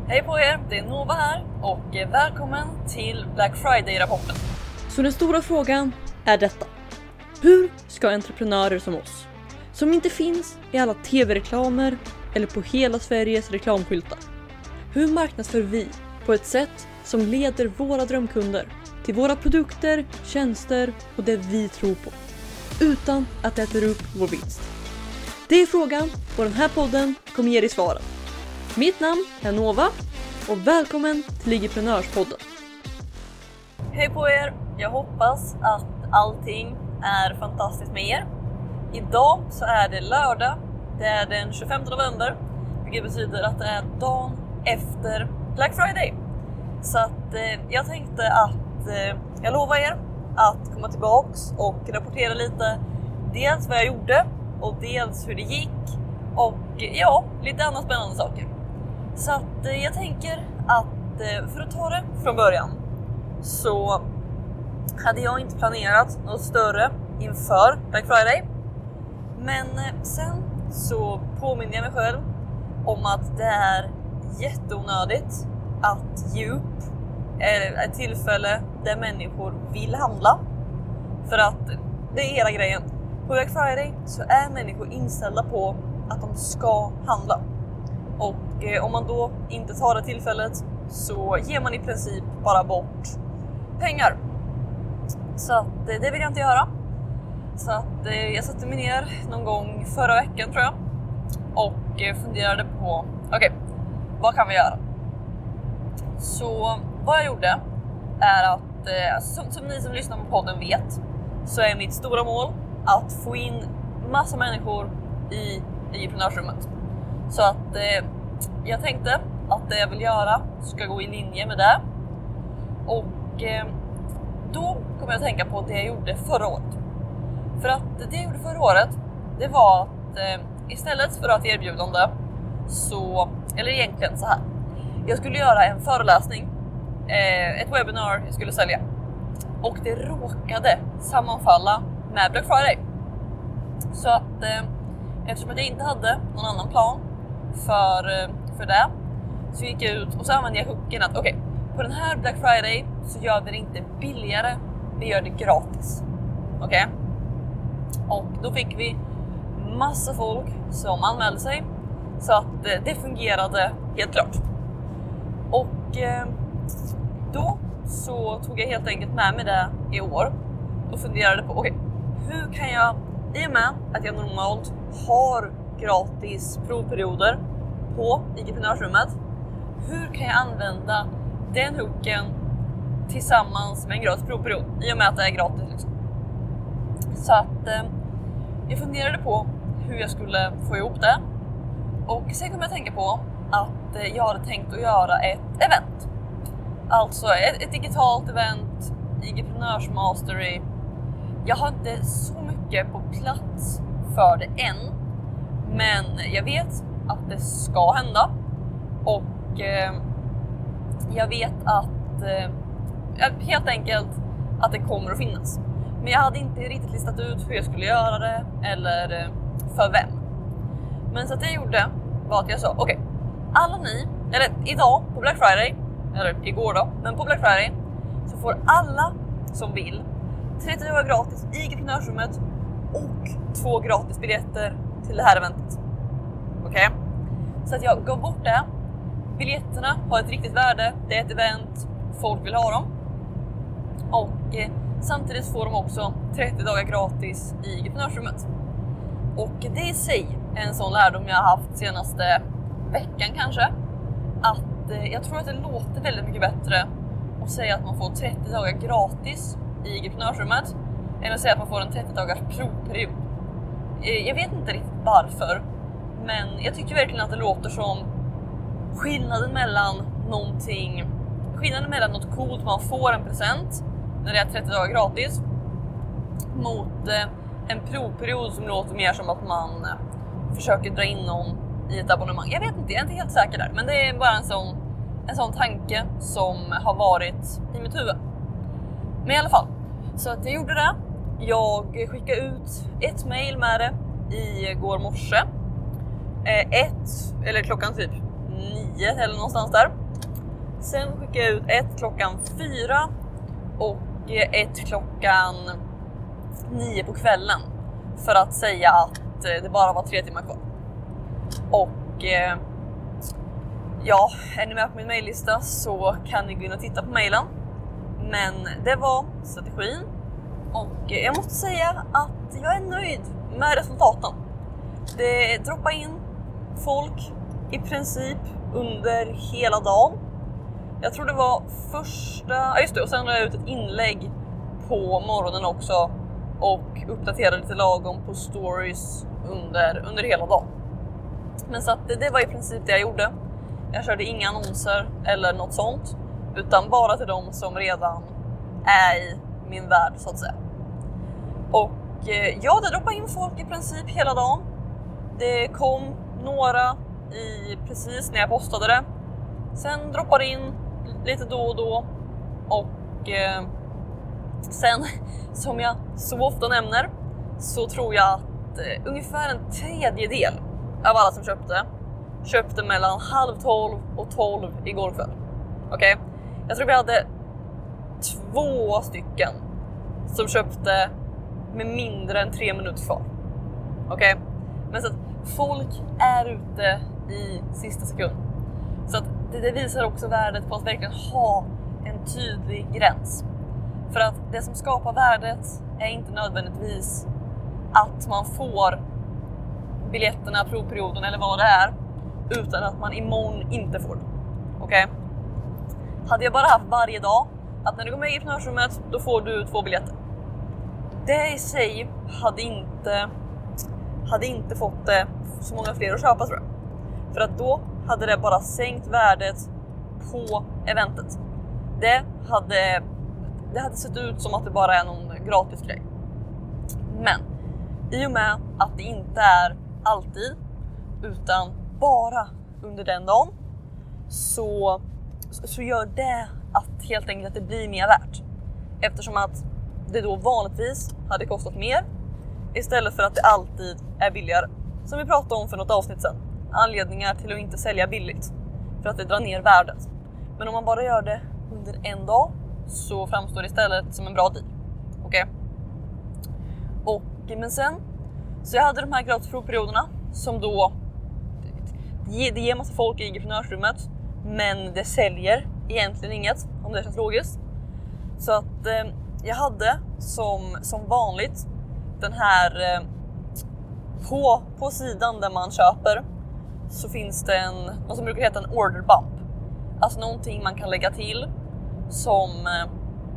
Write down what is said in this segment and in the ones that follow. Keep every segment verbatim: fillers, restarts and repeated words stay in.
Hej på er, det är Nova här och välkommen till Black Friday-rapporten. Så den stora frågan är detta. Hur ska entreprenörer som oss, som inte finns i alla tv-reklamer eller på hela Sveriges reklamskyltar, hur marknadsför vi på ett sätt som leder våra drömkunder till våra produkter, tjänster och det vi tror på, utan att det äter upp vår vinst? Det är frågan och den här podden kommer ge dig svaren. Mitt namn är Nova och välkommen till Ligiprenörspodden. Hej på er, jag hoppas att allting är fantastiskt med er. Idag så är det lördag, det är den tjugofemte november, vilket betyder att det är dagen efter Black Friday. Så att eh, jag tänkte att eh, jag lovar er att komma tillbaks och rapportera lite, dels vad jag gjorde och dels hur det gick och ja, lite andra spännande saker. Så att eh, jag tänker att eh, för att ta det från början så hade jag inte planerat något större inför Black Friday. Men eh, sen så påminner jag mig själv om att det är jätteonödigt att ge upp eh, ett tillfälle där människor vill handla. För att det är hela grejen. På Black Friday så är människor inställda på att de ska handla. Och eh, om man då inte tar det tillfället så ger man i princip bara bort pengar. Så att, eh, det vill jag inte göra. Så att eh, jag satte mig ner någon gång förra veckan tror jag. Och eh, funderade på, okej, okay, vad kan vi göra? Så vad jag gjorde är att, eh, som, som ni som lyssnar på podden vet, så är mitt stora mål att få in massa människor i Ligiprenörsrummet. Så att eh, jag tänkte att det jag vill göra ska gå i linje med det. Och eh, då kommer jag att tänka på det jag gjorde förra året. För att det jag gjorde förra året, det var att eh, istället för att erbjudande så, eller egentligen så här. Jag skulle göra en föreläsning, eh, ett webbinar jag skulle sälja. Och det råkade sammanfalla med Black Friday. Så att eh, eftersom jag inte hade någon annan plan för, för det, så gick jag ut och så använde jag hooken att okej, okay, på den här Black Friday så gör vi det inte billigare, vi gör det gratis. Okej? Okay? Och då fick vi massa folk som anmälde sig, så att eh, det fungerade helt klart. Och eh, då så tog jag helt enkelt med mig det i år och funderade på okej, okay, hur kan jag, i och med att jag normalt har gratis provperioder på Ligiprenörsrummet, hur kan jag använda den hooken tillsammans med en gratis provperiod i och med att det är gratis liksom. Så att eh, jag funderade på hur jag skulle få ihop det, och sen kom jag att tänka på att eh, jag hade tänkt att göra ett event. Alltså ett, ett digitalt event, Ligiprenörs Mastery. Jag har inte så mycket på plats för det än, men jag vet att det ska hända. Och eh, jag vet att eh, helt enkelt att det kommer att finnas. Men jag hade inte riktigt listat ut hur jag skulle göra det eller eh, för vem. Men så att det jag gjorde var att jag sa okej, okay, alla ni, eller idag på Black Friday, eller igår då, men på Black Friday så får alla som vill trettio dagar gratis i Ligiprenörsrummet och två gratis biljetter till det här eventet. Okej? Okay? Så att jag gav bort det. Biljetterna har ett riktigt värde. Det är ett event. Folk vill ha dem. Och eh, samtidigt får de också trettio dagar gratis i Ligiprenörsrummet. Och det i sig är en sån lärdom jag har haft senaste veckan kanske. Att eh, jag tror att det låter väldigt mycket bättre att säga att man får trettio dagar gratis i Ligiprenörsrummet än att säga att man får en trettio dagars provperiod. Eh, jag vet inte riktigt varför, men jag tycker verkligen att det låter som skillnaden mellan någonting, skillnaden mellan något coolt man får en present när det är trettio dagar gratis mot eh, en provperiod som låter mer som att man eh, försöker dra in någon i ett abonnemang. Jag vet inte, jag är inte helt säker där, men det är bara en sån, en sån tanke som har varit i mitt huvud. Men i alla fall, så att jag gjorde det. Jag skickade ut ett mail med det i går morse. Ett, eller klockan typ nio eller någonstans där. Sen skickade jag ut ett klockan fyra och ett klockan nio på kvällen för att säga att det bara var tre timmar kvar. Och eh, ja, är ni med på min mejllista så kan ni gå in och titta på mejlen. Men det var strategin och jag måste säga att jag är nöjd med resultaten. Det droppar in folk i princip under hela dagen. Jag tror det var första, ja just det, och sen la jag ut ett inlägg på morgonen också och uppdaterade lite lagom på stories under, under hela dagen. Men så att det, det var i princip det jag gjorde. Jag körde inga annonser eller något sånt, utan bara till de som redan är i min värld så att säga. Och ja, det droppade in folk i princip hela dagen. Det kom några i precis när jag postade det. Sen droppade in lite då och då. Och eh, sen, som jag så ofta nämner, så tror jag att eh, ungefär en tredjedel av alla som köpte köpte mellan halv tolv och tolv igår kväll. Okej? Okay? Jag tror vi hade två stycken som köpte med mindre än tre minuter kvar. Okej? Okay? Men så att folk är ute i sista sekund. Så att det, det visar också värdet på att verkligen ha en tydlig gräns. För att det som skapar värdet är inte nödvändigtvis att man får biljetterna, provperioden eller vad det är, utan att man imorgon inte får det. Okej? Okay? Hade jag bara haft varje dag att när du går med i entreprenörsrummet då får du två biljetter. Det i sig hade inte hade inte fått det så många fler att köpa, tror jag. För att då hade det bara sänkt värdet på eventet. Det hade, det hade sett ut som att det bara är någon gratis grej. Men i och med att det inte är alltid utan bara under den dagen, så, så gör det att helt enkelt att det blir mer värt. Eftersom att det då vanligtvis hade kostat mer istället för att det alltid är billigare. Som vi pratade om för något avsnitt sedan. Anledningar till att inte sälja billigt. För att det drar ner värdet. Men om man bara gör det under en dag så framstår det istället som en bra deal. Okej? Okay? Och men sen så jag hade de här gratis provperioderna som då det, det ger massa folk i entreprenörsrummet, men det säljer egentligen inget, om det känns logiskt. Så att eh, jag hade som, som vanligt den här eh, på, på sidan där man köper så finns det en, vad som brukar heta en order bump. Alltså någonting man kan lägga till som, eh,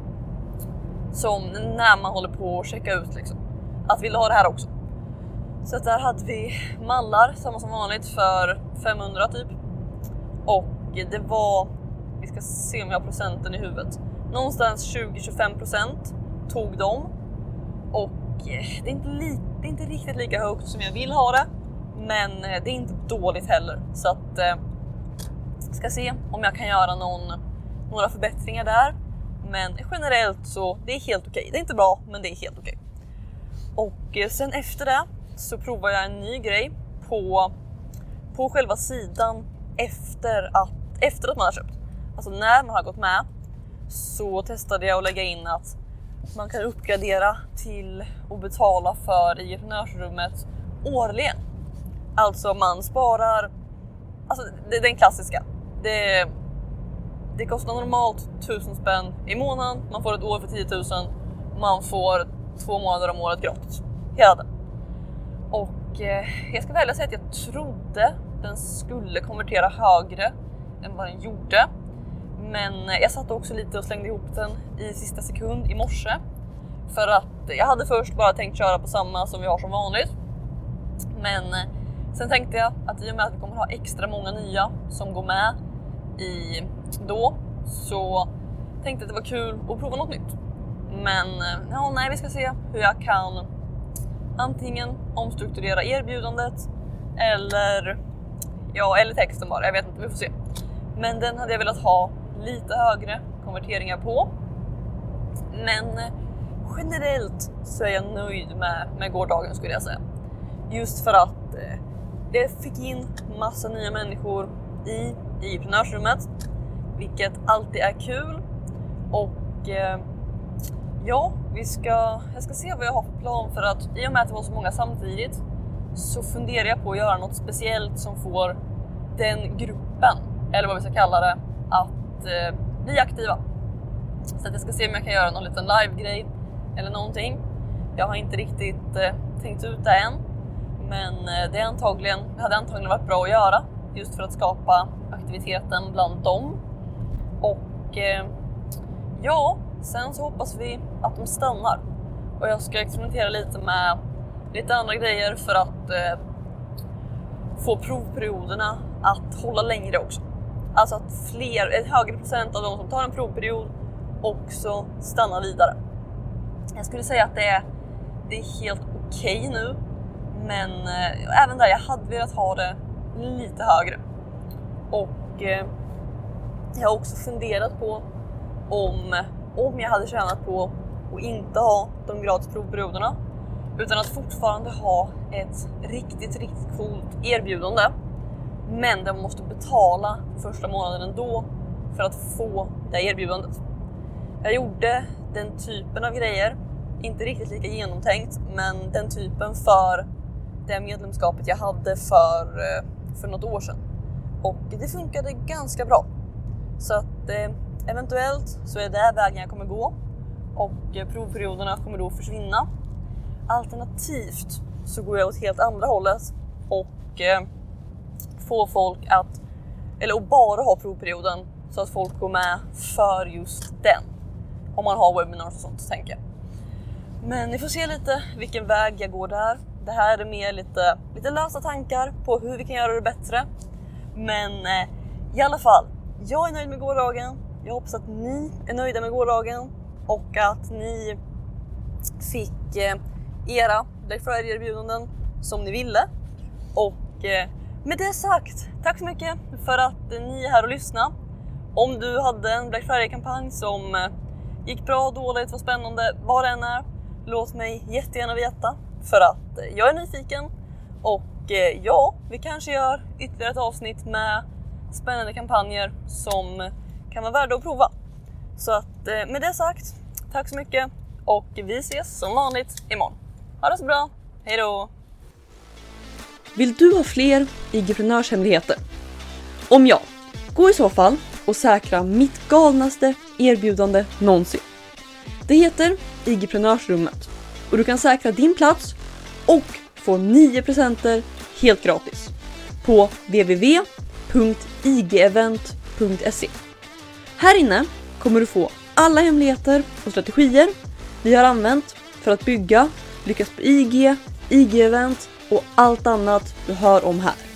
som när man håller på att checka ut liksom. Att vill ha det här också. Så att där hade vi mallar, samma som vanligt, för femhundra typ. Och det var, vi ska se om jag har procenten i huvudet, någonstans tjugo till tjugofem procent tog de. Och det är, inte li, det är inte riktigt lika högt som jag vill ha det, men det är inte dåligt heller. Så att eh, ska se om jag kan göra någon, några förbättringar där. Men generellt så det är helt okej. Det är inte bra, men det är helt okej. Och eh, sen efter det så provar jag en ny grej på, på själva sidan efter att, efter att man har köpt. Alltså när man har gått med så testade jag att lägga in att man kan uppgradera till att betala för i entreprenörsrummet årligen. Alltså man sparar, alltså det är den klassiska. Det, det kostar normalt tusen spänn i månaden, man får ett år för tio tusen, man får två månader om året gratis. Hela den. Och eh, jag ska välja säga att jag trodde den skulle konvertera högre än vad den gjorde. Men jag satt också lite och slängde ihop den i sista sekund i morse. För att jag hade först bara tänkt köra på samma som vi har som vanligt. Men sen tänkte jag att i och med att vi kommer ha extra många nya som går med i då, så tänkte jag att det var kul att prova något nytt. Men ja, nej, vi ska se hur jag kan antingen omstrukturera erbjudandet eller, ja, eller texten bara. Jag vet inte, vi får se. Men den hade jag velat ha lite högre konverteringar på. Men generellt så är jag nöjd med, med gårdagen, skulle jag säga. Just för att eh, det fick in massa nya människor i i Prenörsrummet, vilket alltid är kul. Och eh, ja, vi ska, jag ska se vad jag har för plan, för att i och med att det var så många samtidigt så funderar jag på att göra något speciellt som får den gruppen, eller vad vi ska kalla det, att eh, bli aktiva. Så att jag ska se om jag kan göra någon liten live-grej eller någonting. Jag har inte riktigt eh, tänkt ut det än, men eh, det, är antagligen, det hade antagligen varit bra att göra just för att skapa aktiviteten bland dem. Och eh, ja, sen så hoppas vi att de stannar. Och jag ska experimentera lite med lite andra grejer för att eh, få provperioderna att hålla längre också. Alltså att fler, ett högre procent av de som tar en provperiod också stannar vidare. Jag skulle säga att det är, det är helt okej okay nu, men eh, även där jag hade velat ha det lite högre. Och eh, jag har också funderat på om, om jag hade tjänat på att inte ha de gratis provperioderna, utan att fortfarande ha ett riktigt, riktigt coolt erbjudande. Men de måste betala första månaden ändå för att få det erbjudandet. Jag gjorde den typen av grejer, inte riktigt lika genomtänkt, men den typen för det medlemskapet jag hade för, för något år sedan. Och det funkade ganska bra. Så att eh, eventuellt så är det vägen jag kommer gå. Och eh, provperioderna kommer då försvinna. Alternativt så går jag åt helt andra hållet och eh, få folk att, eller att bara ha provperioden så att folk går med för just den. Om man har webinars och sånt, så tänker jag. Men ni får se lite vilken väg jag går där. Det här är mer lite, lite lösa tankar på hur vi kan göra det bättre. Men eh, i alla fall, jag är nöjd med gårdagen. Jag hoppas att ni är nöjda med gårdagen. Och att ni fick eh, era Black Friday-erbjudanden som ni ville. Och eh, med det sagt, tack så mycket för att eh, ni är här och lyssnar. Om du hade en Black Friday-kampanj som eh, gick bra, dåligt, var spännande, vad det än är, låt mig jättegärna veta. För att eh, jag är nyfiken. Och eh, ja, vi kanske gör ytterligare ett avsnitt med spännande kampanjer som kan vara värda att prova. Så att eh, med det sagt, tack så mycket och vi ses som vanligt imorgon. Ha det så bra, hej då! Vill du ha fler I G-prenörshemligheter? Om ja, gå i så fall och säkra mitt galnaste erbjudande någonsin. Det heter I G-prenörsrummet och du kan säkra din plats och få nio presenter helt gratis på w w w punkt i g event punkt se. Här inne kommer du få alla hemligheter och strategier vi har använt för att bygga, lyckas på I G, I G-event och allt annat du hör om här.